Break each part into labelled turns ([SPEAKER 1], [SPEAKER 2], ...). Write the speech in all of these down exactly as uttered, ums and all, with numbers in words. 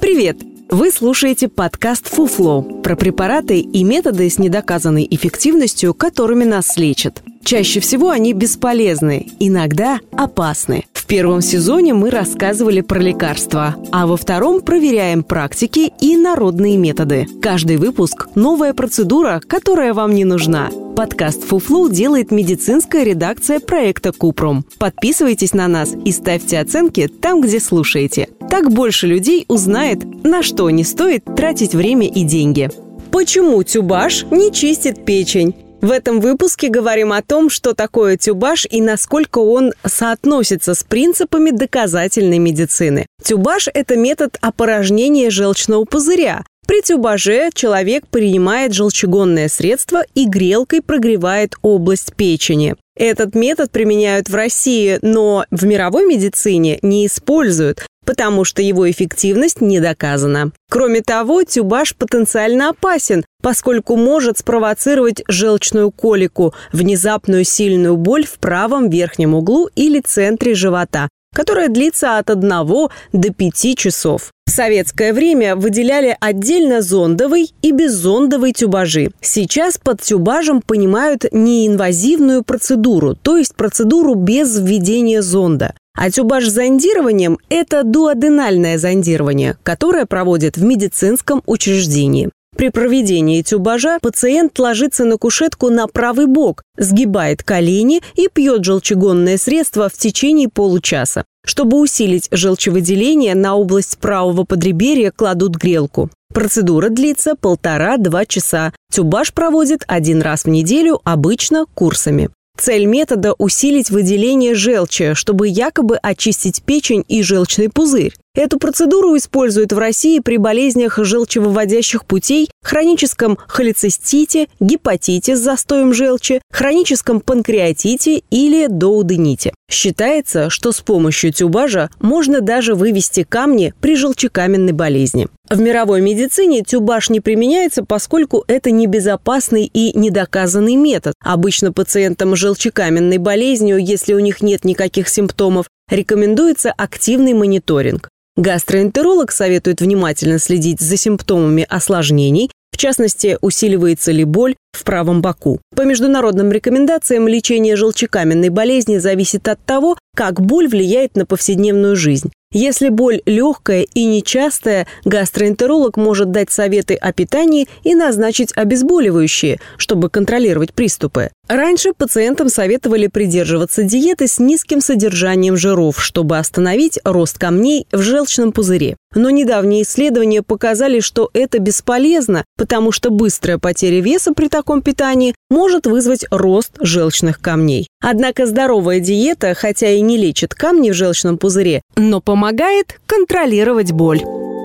[SPEAKER 1] Привет! Вы слушаете подкаст «Фуфло» про препараты и методы с недоказанной эффективностью, которыми нас лечат. Чаще всего они бесполезны, иногда опасны. В первом сезоне мы рассказывали про лекарства, а во втором проверяем практики и народные методы. Каждый выпуск – новая процедура, которая вам не нужна. Подкаст «Фуфло» делает медицинская редакция проекта «Купрум». Подписывайтесь на нас и ставьте оценки там, где слушаете. Так больше людей узнает, на что не стоит тратить время и деньги. Почему тюбаш не чистит печень? В этом выпуске говорим о том, что такое тюбаш и насколько он соотносится с принципами доказательной медицины. Тюбаш – это метод опорожнения желчного пузыря. При тюбаже человек принимает желчегонное средство и грелкой прогревает область печени. Этот метод применяют в России, но в мировой медицине не используют, потому что его эффективность не доказана. Кроме того, тюбаш потенциально опасен, поскольку может спровоцировать желчную колику, внезапную сильную боль в правом верхнем углу или центре живота, которая длится от одного до пяти часов. В советское время выделяли отдельно зондовый и беззондовый тюбажи. Сейчас под тюбажем понимают неинвазивную процедуру, то есть процедуру без введения зонда. А тюбаж с зондированием – это дуоденальное зондирование, которое проводят в медицинском учреждении. При проведении тюбажа пациент ложится на кушетку на правый бок, сгибает колени и пьет желчегонное средство в течение получаса. Чтобы усилить желчевыделение, на область правого подреберья кладут грелку. Процедура длится полтора-два часа. Тюбаж проводят один раз в неделю, обычно курсами. Цель метода – усилить выделение желчи, чтобы якобы очистить печень и желчный пузырь. Эту процедуру используют в России при болезнях желчевыводящих путей, хроническом холецистите, гепатите с застоем желчи, хроническом панкреатите или дуодените. Считается, что с помощью тюбажа можно даже вывести камни при желчекаменной болезни. В мировой медицине тюбаж не применяется, поскольку это небезопасный и недоказанный метод. Обычно пациентам с желчекаменной болезнью, если у них нет никаких симптомов, рекомендуется активный мониторинг. Гастроэнтеролог советует внимательно следить за симптомами осложнений, в частности, усиливается ли боль в правом боку. По международным рекомендациям, лечение желчекаменной болезни зависит от того, как боль влияет на повседневную жизнь. Если боль легкая и нечастая, гастроэнтеролог может дать советы о питании и назначить обезболивающие, чтобы контролировать приступы. Раньше пациентам советовали придерживаться диеты с низким содержанием жиров, чтобы остановить рост камней в желчном пузыре. Но недавние исследования показали, что это бесполезно, потому что быстрая потеря веса при таком питании может вызвать рост желчных камней. Однако здоровая диета, хотя и не лечит камни в желчном пузыре, но помогает контролировать боль.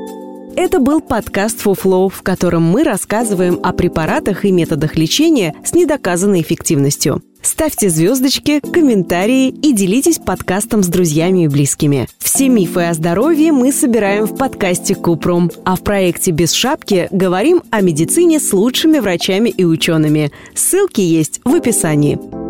[SPEAKER 1] Это был подкаст «Фуфло», в котором мы рассказываем о препаратах и методах лечения с недоказанной эффективностью. Ставьте звездочки, комментарии и делитесь подкастом с друзьями и близкими. Все мифы о здоровье мы собираем в подкасте «Купрум», а в проекте «Без шапки» говорим о медицине с лучшими врачами и учеными. Ссылки есть в описании.